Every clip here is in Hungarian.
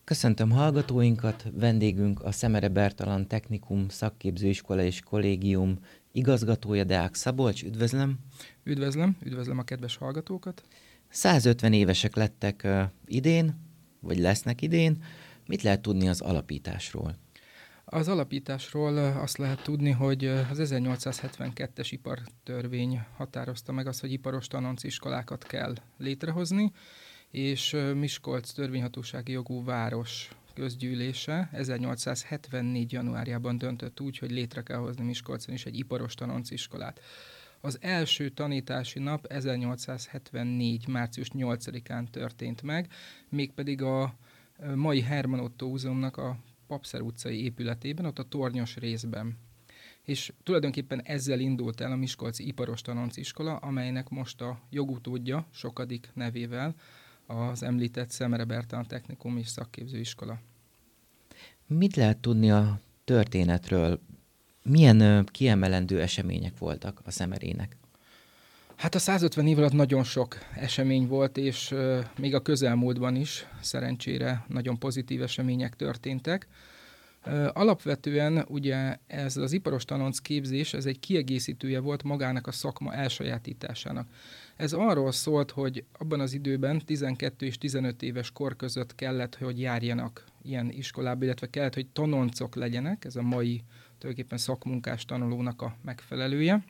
Köszöntöm hallgatóinkat, vendégünk a Szemere Bertalan Technikum Szakképzőiskola és Kollégium igazgatója, Deák Szabolcs, üdvözlöm! Üdvözlöm a kedves hallgatókat! 150 évesek lettek idén, vagy lesznek idén. Mit lehet tudni az alapításról? Az alapításról azt lehet tudni, hogy az 1872-es ipartörvény határozta meg azt, hogy iparos tanonciskolákat kell létrehozni, és Miskolc törvényhatósági jogú város közgyűlése 1874. januárjában döntött úgy, hogy létre kell hozni Miskolcon is egy iparos tanonciskolát. Az első tanítási nap 1874. március 8-án történt meg, mégpedig a mai Herman Otto Múzeumnak a Papszer utcai épületében, ott a tornyos részben. És tulajdonképpen ezzel indult el a Miskolci Iparos Tanonciskola, amelynek most a jogutódja sokadik nevével az említett Szemere Bertalan Technikum és Szakképzőiskola. Mit lehet tudni a történetről? Milyen kiemelendő események voltak a Szemerének? Hát a 150 év alatt nagyon sok esemény volt, és még a közelmúltban is szerencsére nagyon pozitív események történtek. Alapvetően ugye ez az iparos tanonc képzés, ez egy kiegészítője volt magának a szakma elsajátításának. Ez arról szólt, hogy abban az időben 12 és 15 éves kor között kellett, hogy járjanak ilyen iskolába, illetve kellett, hogy tanoncok legyenek, ez a mai tulajdonképpen szakmunkás tanulónak a megfelelője.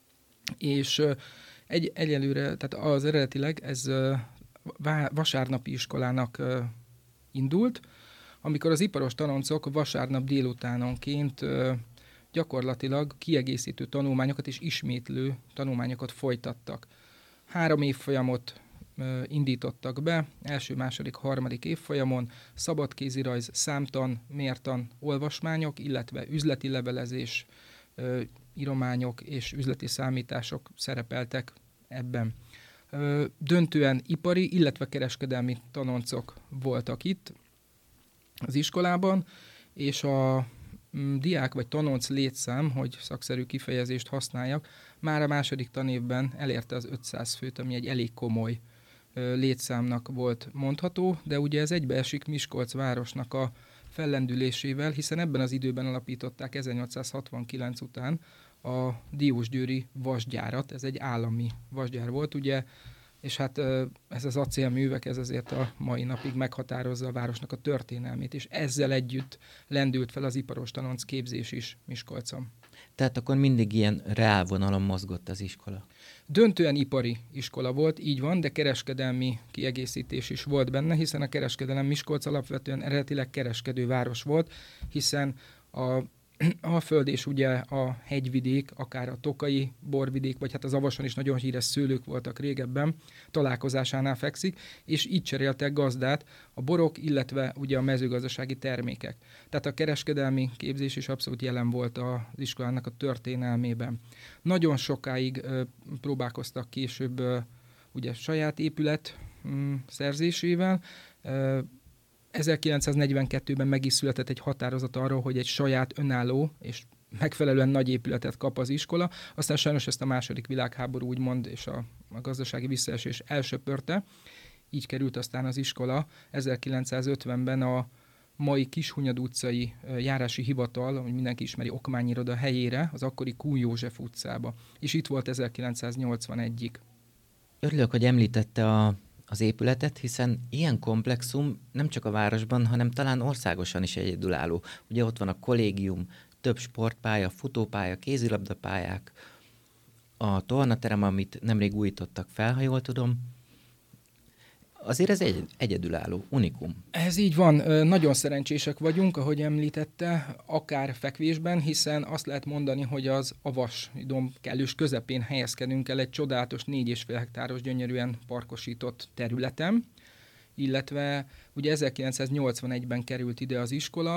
És egyelőre, tehát az eredetileg ez vasárnapi iskolának indult, amikor az iparos tanoncok vasárnap délutánonként gyakorlatilag kiegészítő tanulmányokat és ismétlő tanulmányokat folytattak. 3 évfolyamot indítottak be, első, második, harmadik évfolyamon szabadkézirajz, számtan, mértan, olvasmányok, illetve üzleti levelezés, írományok és üzleti számítások szerepeltek ebben. Döntően ipari, illetve kereskedelmi tanoncok voltak itt az iskolában, és a diák vagy tanonc létszám, hogy szakszerű kifejezést használjak, már a második tanévben elérte az 500 főt, ami egy elég komoly létszámnak volt mondható, de ugye ez egybeesik Miskolc városnak a fellendülésével, hiszen ebben az időben alapították 1869 után a diósgyőri vasgyárat, ez egy állami vasgyár volt, ugye, és hát ez az acélművek, ez azért a mai napig meghatározza a városnak a történelmét, és ezzel együtt lendült fel az iparos tanonc képzés is Miskolcon. Tehát akkor mindig ilyen reálvonalon mozgott az iskola? Döntően ipari iskola volt, így van, de kereskedelmi kiegészítés is volt benne, hiszen a kereskedelem Miskolc alapvetően eredetileg kereskedőváros volt, hiszen a Alföld és ugye a hegyvidék, akár a tokai borvidék, vagy hát az Avason is nagyon híres szőlők voltak régebben, találkozásánál fekszik, és így cseréltek gazdát a borok, illetve ugye a mezőgazdasági termékek. Tehát a kereskedelmi képzés is abszolút jelen volt az iskolának a történelmében. Nagyon sokáig próbálkoztak később ugye saját épület szerzésével. 1942-ben meg is született egy határozat arról, hogy egy saját önálló és megfelelően nagy épületet kap az iskola. Aztán sajnos ezt a második világháború úgymond és a gazdasági visszaesés elsöpörte. Így került aztán az iskola 1950-ben a mai Kishunyad utcai járási hivatal, ami mindenki ismeri, okmányiroda helyére, az akkori Kun József utcába. És itt volt 1981-ig. Örülök, hogy említette az épületet, hiszen ilyen komplexum nem csak a városban, hanem talán országosan is egyedülálló. Ugye ott van a kollégium, több sportpálya, futópálya, kézilabdapályák, a tornaterem, amit nemrég újítottak fel, ha jól tudom. Azért ez egyedülálló, unikum. Ez így van, nagyon szerencsések vagyunk, ahogy említette, akár fekvésben, hiszen azt lehet mondani, hogy az Avas domb kellős közepén helyezkedünk el egy csodálatos 4,5 hektáros gyönyörűen parkosított területen, illetve ugye 1981-ben került ide az iskola,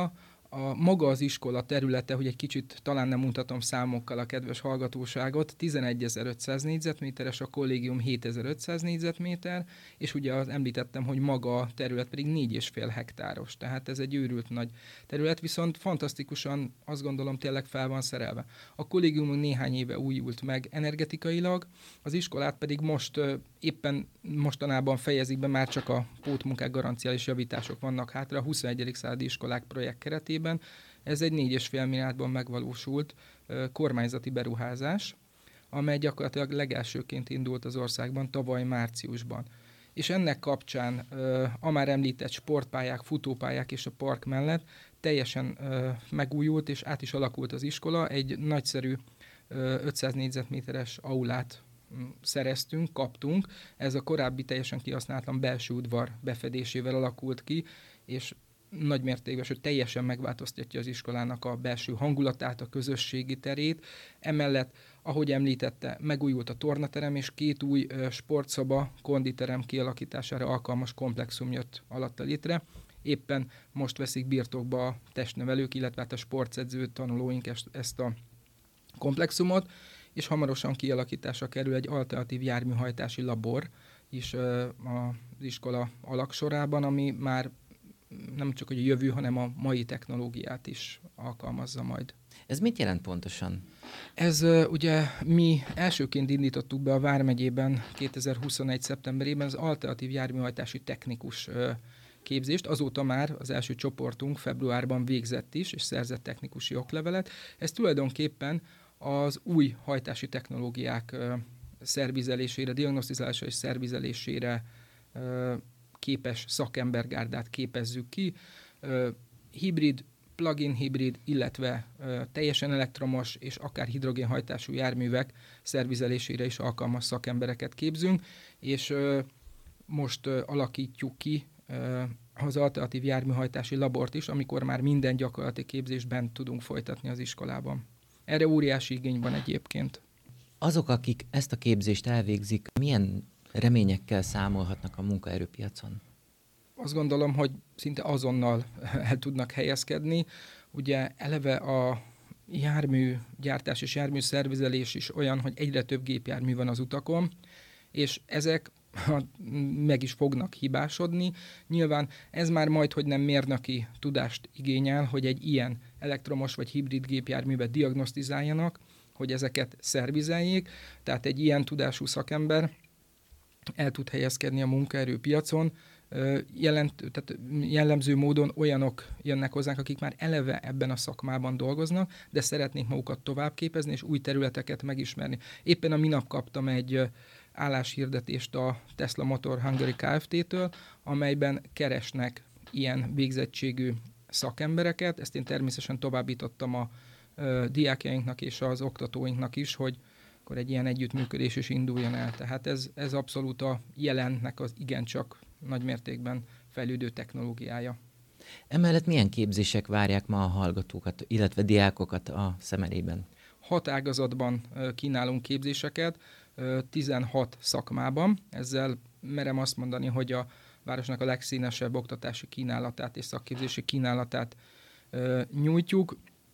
A maga az iskola területe, hogy egy kicsit talán nem mutatom számokkal a kedves hallgatóságot, 11.500 négyzetméteres, a kollégium 7.500 négyzetméter, és ugye említettem, hogy maga a terület pedig 4,5 hektáros, tehát ez egy őrült nagy terület, viszont fantasztikusan azt gondolom tényleg fel van szerelve. A kollégiumunk néhány éve újult meg energetikailag, az iskolát pedig most éppen mostanában fejezik be, már csak a pótmunkák, garanciális javítások vannak hátra a 21. századi iskolák projekt keretében. Ez egy 4,5 milliárdban megvalósult kormányzati beruházás, amely gyakorlatilag legelsőként indult az országban tavaly márciusban. És ennek kapcsán a már említett sportpályák, futópályák és a park mellett teljesen megújult és át is alakult az iskola. Egy nagyszerű 500 négyzetméteres aulát kaptunk. Ez a korábbi teljesen kihasználatlan belső udvar befedésével alakult ki, és nagy mértékben, hogy teljesen megváltoztatja az iskolának a belső hangulatát, a közösségi terét. Emellett, ahogy említette, megújult a tornaterem, és 2 új sportszoba, konditerem kialakítására alkalmas komplexum jött alatta létre. Éppen most veszik birtokba a testnevelők, illetve a sportedző tanulóink ezt a komplexumot, és hamarosan kialakításra kerül egy alternatív járműhajtási labor is az iskola alaksorában, ami már nem csak a jövő, hanem a mai technológiát is alkalmazza majd. Ez mit jelent pontosan? Ez ugye mi elsőként indítottuk be a Vármegyében 2021. szeptemberében az alternatív járműhajtási technikus képzést. Azóta már az első csoportunk februárban végzett is, és szerzett technikusi oklevelet. Ez tulajdonképpen az új hajtási technológiák szervizelésére, diagnosztizálásra és szervizelésére képes szakembergárdát képezzük ki. Hibrid, plug-in hibrid, illetve teljesen elektromos és akár hidrogénhajtású járművek szervizelésére is alkalmas szakembereket képzünk, és most alakítjuk ki az alternatív járműhajtási labort is, amikor már minden gyakorlati képzésben tudunk folytatni az iskolában. Erre óriási igény van egyébként. Azok, akik ezt a képzést elvégzik, milyen reményekkel számolhatnak a munkaerőpiacon? Azt gondolom, hogy szinte azonnal el tudnak helyezkedni. Ugye eleve a járműgyártás és járműszervizelés is olyan, hogy egyre több gépjármű van az utakon, és ezek meg is fognak hibásodni. Nyilván ez már majd, hogy nem mérnöki tudást igényel, hogy egy ilyen elektromos vagy hibrid gépjárművet diagnosztizáljanak, hogy ezeket szervizeljék. Tehát egy ilyen tudású szakember el tud helyezkedni a munkaerőpiacon. Tehát jellemző módon olyanok jönnek hozzánk, akik már eleve ebben a szakmában dolgoznak, de szeretnék magukat továbbképezni és új területeket megismerni. Éppen a minap kaptam egy álláshirdetést a Tesla Motor Hungary Kft-től, amelyben keresnek ilyen végzettségű szakembereket. Ezt én természetesen továbbítottam a diákjainknak és az oktatóinknak is, hogy akkor egy ilyen együttműködés is induljon el. Tehát ez abszolút a jelennek az igencsak nagymértékben fejlődő technológiája. Emellett milyen képzések várják ma a hallgatókat, illetve diákokat a Szemerében? 6 ágazatban kínálunk képzéseket, 16 szakmában. Ezzel merem azt mondani, hogy a városnak a legszínesebb oktatási kínálatát és szakképzési kínálatát nyújtjuk.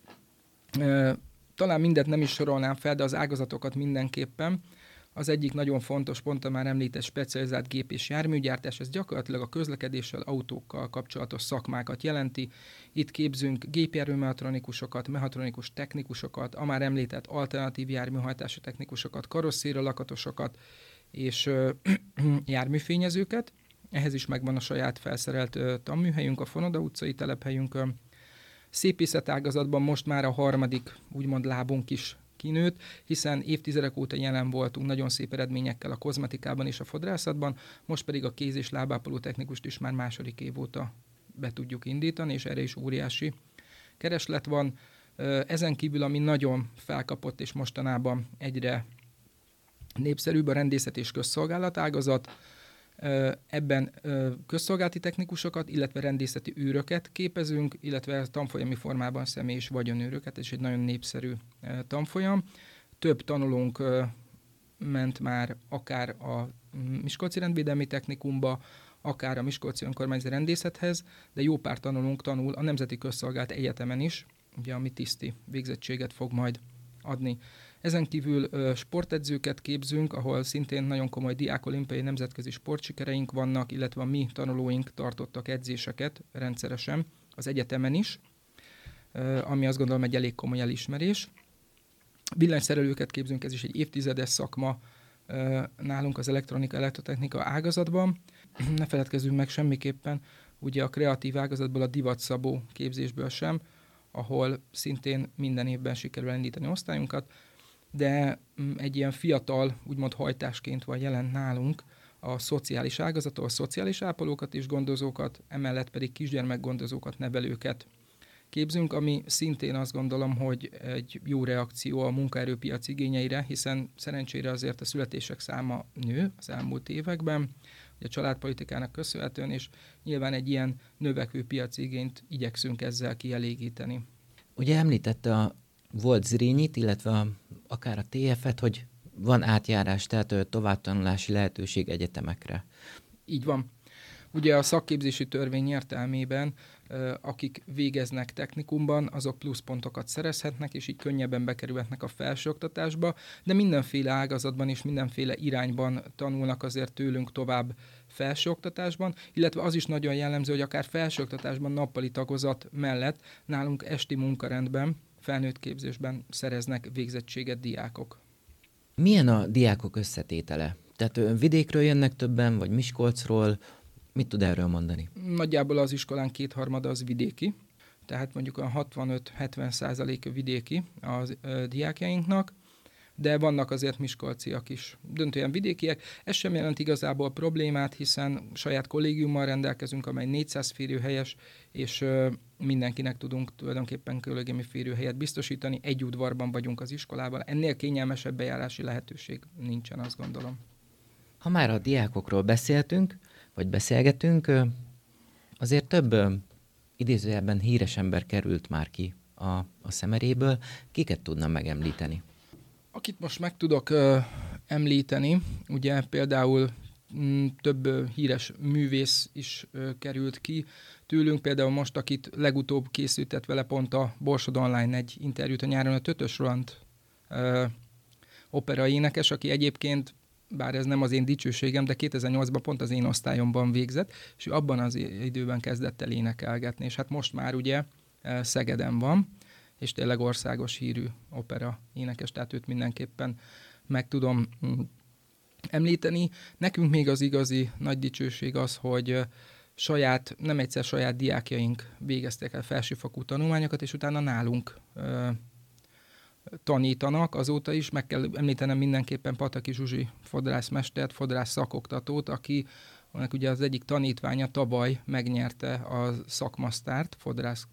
Talán mindet nem is sorolnám fel, de az ágazatokat mindenképpen. Az egyik nagyon fontos pont a már említett specializált gép- és járműgyártás, ez gyakorlatilag a közlekedéssel, autókkal kapcsolatos szakmákat jelenti. Itt képzünk gépjárműmechanikusokat, mechatronikus technikusokat, a már említett alternatív járműhajtási technikusokat, karosszéria lakatosokat és járműfényezőket. Ehhez is megvan a saját felszerelt tanműhelyünk, a Fonoda utcai telephelyünkön. Szépészetágazatban most már a harmadik úgymond lábunk is kinőtt, hiszen évtizedek óta jelen voltunk nagyon szép eredményekkel a kozmetikában és a fodrászatban, most pedig a kéz- és lábápoló technikust is már második év óta be tudjuk indítani, és erre is óriási kereslet van. Ezen kívül, ami nagyon felkapott és mostanában egyre népszerűbb, a rendészet és közszolgálat ágazat. Ebben közszolgálati technikusokat, illetve rendészeti őröket képezünk, illetve tanfolyami formában személy- és vagyonőröket, és egy nagyon népszerű tanfolyam. Több tanulónk ment már akár a Miskolci Rendvédelmi Technikumba, akár a Miskolci Önkormányzati Rendészethez, de jó pár tanulónk tanul a Nemzeti Közszolgált Egyetemen is, ugye, ami tiszti végzettséget fog majd adni. Ezen kívül sportedzőket képzünk, ahol szintén nagyon komoly diákolimpiai nemzetközi sportsikereink vannak, illetve a mi tanulóink tartottak edzéseket rendszeresen az egyetemen is, ami azt gondolom egy elég komoly elismerés. Villanyszerelőket képzünk, ez is egy évtizedes szakma nálunk az elektronika-elektrotechnika ágazatban. Ne feledkezzünk meg semmiképpen ugye a kreatív ágazatból, a divatszabó képzésből sem, ahol szintén minden évben sikerül elindítani osztályunkat, de egy ilyen fiatal, úgymond hajtásként van jelen nálunk a szociális ágazattól, a szociális ápolókat és gondozókat, emellett pedig kisgyermekgondozókat, nevelőket képzünk, ami szintén azt gondolom, hogy egy jó reakció a munkaerőpiac igényeire, hiszen szerencsére azért a születések száma nő az elmúlt években, a családpolitikának köszönhetően, és nyilván egy ilyen növekvő piaci igényt igyekszünk ezzel kielégíteni. Ugye említette a volt Zrínit, illetve akár a TF-et, hogy van átjárás, tehát továbbtanulási lehetőség egyetemekre. Így van. Ugye a szakképzési törvény értelmében akik végeznek technikumban, azok pluszpontokat szerezhetnek, és így könnyebben bekerülhetnek a felsőoktatásba, de mindenféle ágazatban és mindenféle irányban tanulnak azért tőlünk tovább felsőoktatásban, illetve az is nagyon jellemző, hogy akár felsőoktatásban nappali tagozat mellett nálunk esti munkarendben, felnőtt képzésben szereznek végzettséget diákok. Milyen a diákok összetétele? Tehát vidékről jönnek többen, vagy Miskolcról? Mit tud erről mondani? Nagyjából az iskolán kétharmada az vidéki, tehát mondjuk a 65-70% vidéki a diákjainknak, de vannak azért miskolciak is, döntően vidékiek. Ez sem jelent igazából problémát, hiszen saját kollégiummal rendelkezünk, amely 400 férőhelyes, és mindenkinek tudunk tulajdonképpen kollégiumi férőhelyet biztosítani. Egy udvarban vagyunk az iskolában. Ennél kényelmesebb bejárási lehetőség nincsen, azt gondolom. Ha már a diákokról beszéltünk, vagy beszélgetünk, azért több idézőjelben híres ember került már ki a Szemeréből. Kiket tudnám megemlíteni? Akit most meg tudok említeni, ugye például több híres művész is került ki tőlünk, például most, akit legutóbb készített vele pont a Borsod Online egy interjút a nyáron, a Tötös Roland opera énekes, aki egyébként, bár ez nem az én dicsőségem, de 2008-ban pont az én osztályomban végzett, és ő abban az időben kezdett el énekelgetni, és hát most már ugye Szegeden van, és tényleg országos hírű opera énekes, tehát őt mindenképpen meg tudom említeni. Nekünk még az igazi nagy dicsőség az, hogy nem egyszer saját diákjaink végezték el felsőfokú tanulmányokat, és utána nálunk tanítanak azóta is. Meg kell említenem mindenképpen Pataki Zsuzsi fodrászmestert, fodrász szakoktatót, akinek ugye az egyik tanítványa tavaly megnyerte a szakmasztárt fodrász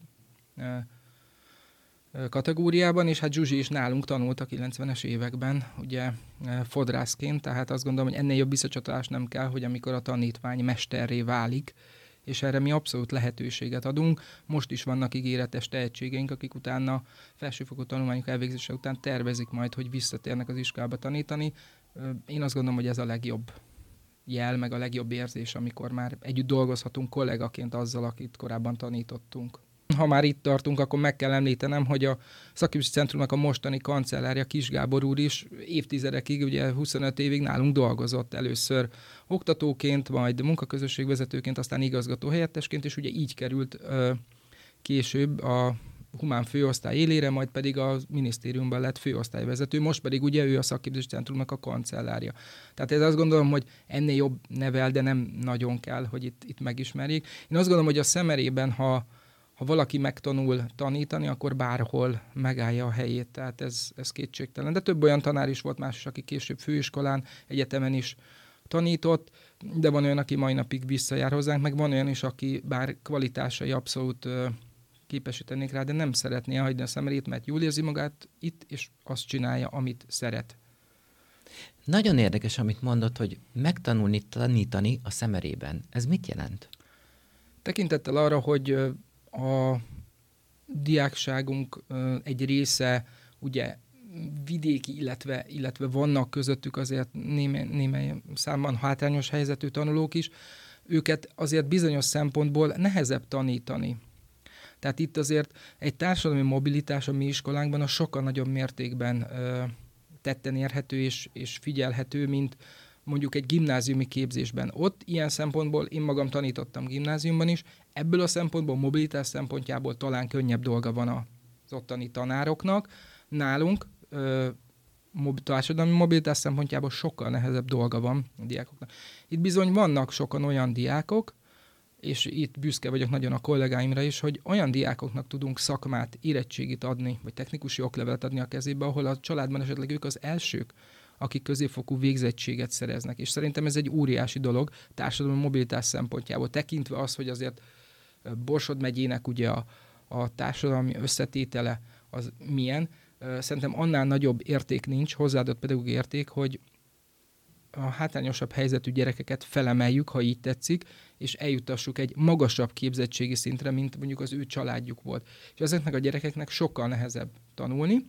kategóriában, és hát Zsuzsi is nálunk tanult a 90-es években, ugye fodrászként, tehát azt gondolom, hogy ennél jobb visszacsatolás nem kell, hogy amikor a tanítvány mesterré válik, és erre mi abszolút lehetőséget adunk. Most is vannak ígéretes tehetségeink, akik utána felsőfokú tanulmányok elvégzése után tervezik majd, hogy visszatérnek az iskolába tanítani. Én azt gondolom, hogy ez a legjobb jel, meg a legjobb érzés, amikor már együtt dolgozhatunk kollégaként azzal, akit korábban tanítottunk. Ha már itt tartunk, akkor meg kell említenem, hogy a szakképzési centrumnak a mostani kancellárja Kis Gábor úr is évtizedekig, ugye 25 évig nálunk dolgozott, először oktatóként, majd munkaközösségvezetőként, aztán igazgatóhelyettesként, és ugye így került később a humán főosztály élére, majd pedig a minisztériumban lett főosztályvezető, most pedig ugye ő a szakképzési centrumnak a kancellárja. Tehát ez azt gondolom, hogy ennél jobb nevel, de nem nagyon kell, hogy itt megismerjék. Én azt gondolom, hogy a Szemerében, ha valaki megtanul tanítani, akkor bárhol megállja a helyét, tehát ez kétségtelen. De több olyan tanár is volt más, aki később főiskolán, egyetemen is tanított, de van olyan, aki mai napig visszajár hozzánk, meg van olyan is, aki bár kvalitásai abszolút képesítenék rá, de nem szeretné elhagyni a Szemerét, mert jól érzi magát itt, és azt csinálja, amit szeret. Nagyon érdekes, amit mondott, hogy megtanulni tanítani a Szemerében. Ez mit jelent? Tekintettel arra, hogy a diákságunk egy része ugye vidéki, illetve vannak közöttük azért némely számban hátrányos helyzetű tanulók is. őket azért bizonyos szempontból nehezebb tanítani. Tehát itt azért egy társadalmi mobilitás a mi iskolánkban a sokkal nagyobb mértékben tetten érhető és figyelhető, mint mondjuk egy gimnáziumi képzésben. Ott ilyen szempontból én magam tanítottam gimnáziumban is, ebből a szempontból, mobilitás szempontjából talán könnyebb dolga van az ottani tanároknak. Nálunk társadalmi mobilitás szempontjából sokkal nehezebb dolga van a diákoknak. Itt bizony vannak sokan olyan diákok, és itt büszke vagyok nagyon a kollégáimra is, hogy olyan diákoknak tudunk szakmát, érettségit adni, vagy technikusi oklevelet adni a kezébe, ahol a családban esetleg ők az elsők, akik középfokú végzettséget szereznek. És szerintem ez egy óriási dolog társadalmi mobilitás szempontjából, tekintve az, hogy azért Borsod megyének ugye a társadalmi összetétele az milyen. Szerintem annál nagyobb érték nincs, hozzáadott pedagógiai érték, hogy a hátrányosabb helyzetű gyerekeket felemeljük, ha így tetszik, és eljutassuk egy magasabb képzettségi szintre, mint mondjuk az ő családjuk volt. És ezeknek a gyerekeknek sokkal nehezebb tanulni,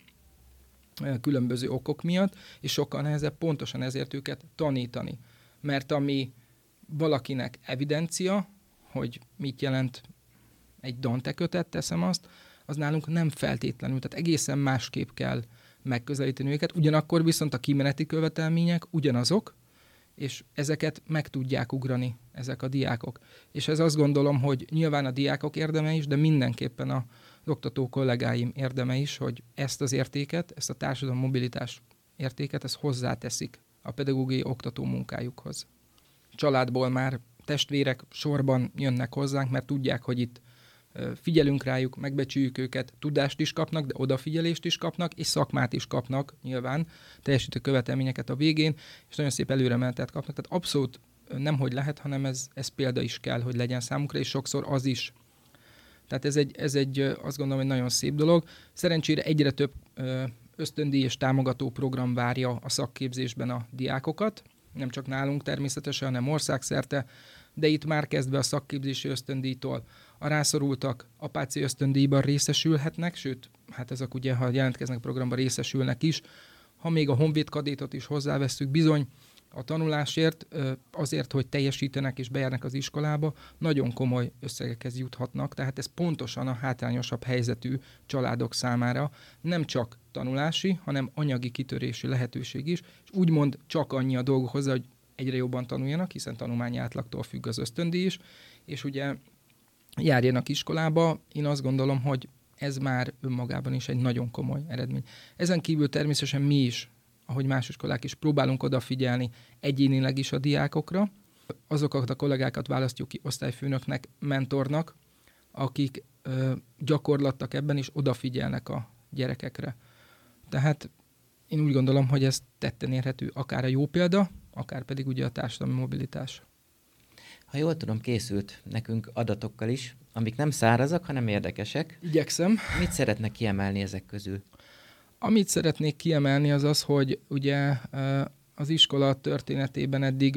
különböző okok miatt, és sokkal nehezebb pontosan ezért őket tanítani. Mert ami valakinek evidencia, hogy mit jelent egy Dante kötet, teszem azt, az nálunk nem feltétlenül, tehát egészen másképp kell megközelíteni őket, ugyanakkor viszont a kimeneti követelmények ugyanazok, és ezeket meg tudják ugrani ezek a diákok. És ez azt gondolom, hogy nyilván a diákok érdeme is, de mindenképpen az oktató kollégáim érdeme is, hogy ezt az értéket, ezt a társadalmi mobilitás értéket, ezt hozzáteszik a pedagógiai oktató munkájukhoz. Családból már testvérek sorban jönnek hozzánk, mert tudják, hogy itt figyelünk rájuk, megbecsüljük őket, tudást is kapnak, de odafigyelést is kapnak, és szakmát is kapnak nyilván, teljesítő követelményeket a végén, és nagyon szép előremenetet kapnak. Tehát abszolút nem hogy lehet, hanem ez példa is kell, hogy legyen számukra, és sokszor az is. Tehát ez egy azt gondolom, egy nagyon szép dolog. Szerencsére egyre több ösztöndíj és támogató program várja a szakképzésben a diákokat, nem csak nálunk természetesen, hanem országszerte, de itt már kezdve a szakképzési ösztöndíjtól a rászorultak apáci ösztöndíjban részesülhetnek, sőt, hát ezek ugye, ha jelentkeznek programba, részesülnek is. Ha még a honvéd kadétot is hozzávesszük, bizony a tanulásért, azért, hogy teljesítenek és bejárnak az iskolába, nagyon komoly összegekhez juthatnak, tehát ez pontosan a hátrányosabb helyzetű családok számára nem csak tanulási, hanem anyagi kitörési lehetőség is, és úgymond csak annyi a dolgok hozzá, hogy egyre jobban tanuljanak, hiszen tanulmányi átlagtól függ az ösztöndíj is, és ugye járjanak iskolába. Én azt gondolom, hogy ez már önmagában is egy nagyon komoly eredmény. Ezen kívül természetesen mi is, ahogy más iskolák is, próbálunk odafigyelni egyénileg is a diákokra. Azokat a kollégákat választjuk ki osztályfőnöknek, mentornak, akik gyakorlattak ebben, és odafigyelnek a gyerekekre. Tehát én úgy gondolom, hogy ez tetten érhető akár a jó példa, akár pedig ugye a társadalmi mobilitás. Ha jól tudom, készült nekünk adatokkal is, amik nem szárazak, hanem érdekesek. Igyekszem. Mit szeretnek kiemelni ezek közül? Amit szeretnék kiemelni az az, hogy ugye az iskola történetében eddig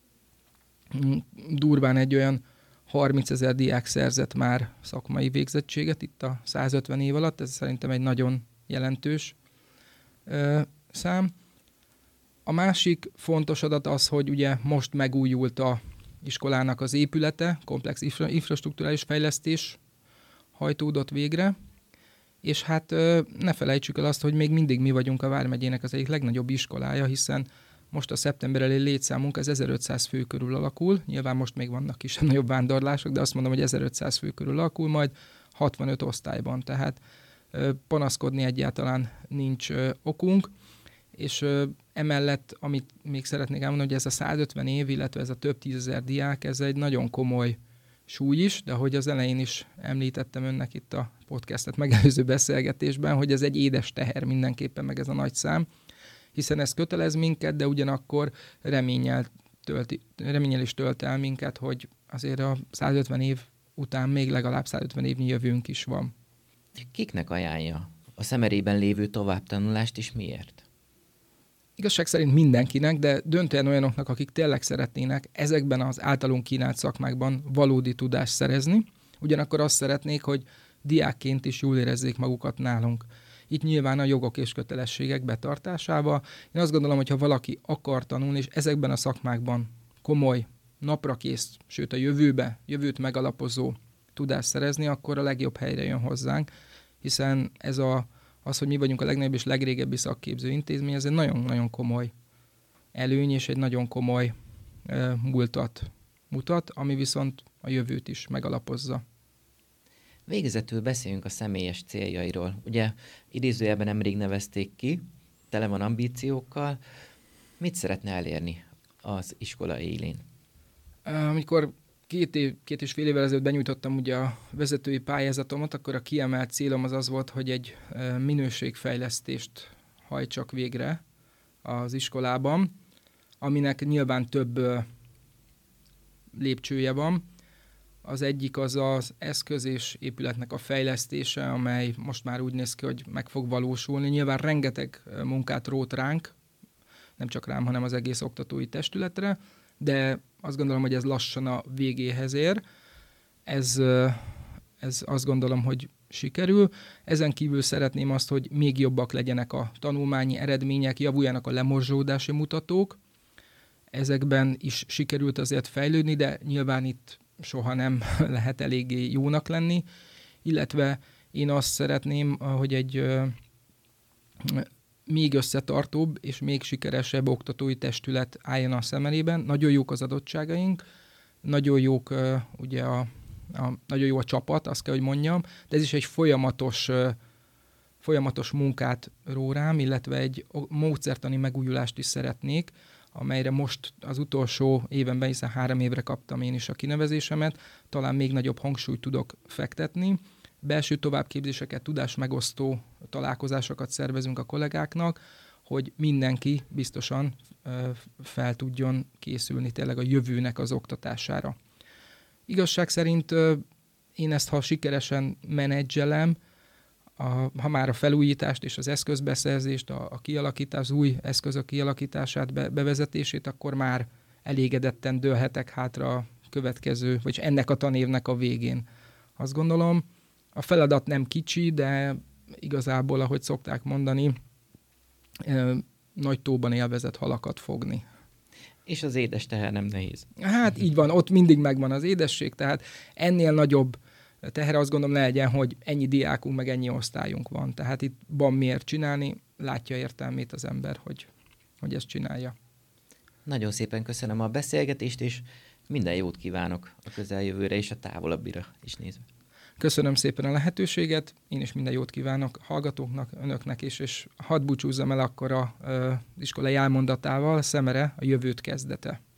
durván egy olyan 30 000 diák szerzett már szakmai végzettséget itt a 150 év alatt. Ez szerintem egy nagyon jelentős szám. A másik fontos adat az, hogy ugye most megújult a iskolának az épülete, komplex infrastrukturális fejlesztés hajtódott végre, és hát ne felejtsük el azt, hogy még mindig mi vagyunk a Vármegyének az egyik legnagyobb iskolája, hiszen most a szeptember elé létszámunk az 1500 fő körül alakul, nyilván most még vannak kisebb-nagyobb vándorlások, de azt mondom, hogy 1500 fő körül alakul, majd 65 osztályban, tehát panaszkodni egyáltalán nincs okunk, és emellett, amit még szeretnék elmondani, hogy ez a 150 év, illetve ez a több tízezer diák, ez egy nagyon komoly súly is, de ahogy az elején is említettem önnek itt a podcastet megelőző beszélgetésben, hogy ez egy édes teher mindenképpen, meg ez a nagy szám, hiszen ez kötelez minket, de ugyanakkor reménnyel is tölt el minket, hogy azért a 150 év után még legalább 150 évnyi jövőnk is van. Kiknek ajánlja a Szemerében lévő továbbtanulást, és miért? Igazság szerint mindenkinek, de döntően olyanoknak, akik tényleg szeretnének ezekben az általunk kínált szakmákban valódi tudást szerezni, ugyanakkor azt szeretnék, hogy diákként is jól érezzék magukat nálunk. Itt nyilván a jogok és kötelességek betartásával. Én azt gondolom, hogy ha valaki akar tanulni, és ezekben a szakmákban komoly naprakész, sőt a jövőt megalapozó tudást szerezni, akkor a legjobb helyre jön hozzánk, hiszen az, hogy mi vagyunk a legnagyobb és legrégebbi szakképző intézmény, ez egy nagyon-nagyon komoly előny és egy nagyon komoly múltat mutat, ami viszont a jövőt is megalapozza. Végezetül beszéljünk a személyes céljairól. Ugye idézőjelben nemrég nevezték ki, tele van ambíciókkal. Mit szeretne elérni az iskola élén? Amikor 2,5 évvel ezelőtt benyújtottam ugye a vezetői pályázatomat, akkor a kiemelt célom az volt, hogy egy minőségfejlesztést hajtsak végre az iskolában, aminek nyilván több lépcsője van. Az egyik az eszköz és épületnek a fejlesztése, amely most már úgy néz ki, hogy meg fog valósulni. Nyilván rengeteg munkát rót ránk, nem csak rám, hanem az egész oktatói testületre, de azt gondolom, hogy ez lassan a végéhez ér. Ez azt gondolom, hogy sikerül. Ezen kívül szeretném azt, hogy még jobbak legyenek a tanulmányi eredmények, javuljanak a lemorzsolódási mutatók. Ezekben is sikerült azért fejlődni, de nyilván itt soha nem lehet eléggé jónak lenni, illetve én azt szeretném, hogy egy még összetartóbb és még sikeresebb oktatói testület álljon a szem elében. Nagyon jók az adottságaink, nagyon jók ugye nagyon jó a csapat, azt kell, hogy mondjam, de ez is egy folyamatos munkát ró rám, illetve egy módszertani megújulást is szeretnék, amelyre most az utolsó évenben, hiszen 3 évre kaptam én is a kinevezésemet, talán még nagyobb hangsúlyt tudok fektetni. Belső továbbképzéseket, tudásmegosztó találkozásokat szervezünk a kollégáknak, hogy mindenki biztosan fel tudjon készülni tényleg a jövőnek az oktatására. Igazság szerint én ezt, ha sikeresen menedzselem, ha már a felújítást és az eszközbeszerzést, a kialakítás, az új eszközök kialakítását, bevezetését, akkor már elégedetten dőlhetek hátra a következő, vagy ennek a tanévnek a végén. Azt gondolom, a feladat nem kicsi, de igazából, ahogy szokták mondani, nagy tóban élvezett halakat fogni. És az édes teher nem nehéz. Hát így van, ott mindig megvan az édesség, tehát ennél nagyobb teher azt gondolom ne legyen, hogy ennyi diákunk, meg ennyi osztályunk van. Tehát itt van miért csinálni, látja értelmét az ember, hogy ezt csinálja. Nagyon szépen köszönöm a beszélgetést, és minden jót kívánok a közeljövőre és a távolabbira is nézve. Köszönöm szépen a lehetőséget, én is minden jót kívánok hallgatóknak, önöknek is, és hadd búcsúzzam el akkor az iskolai álmondatával, Szemere a jövőt kezdete.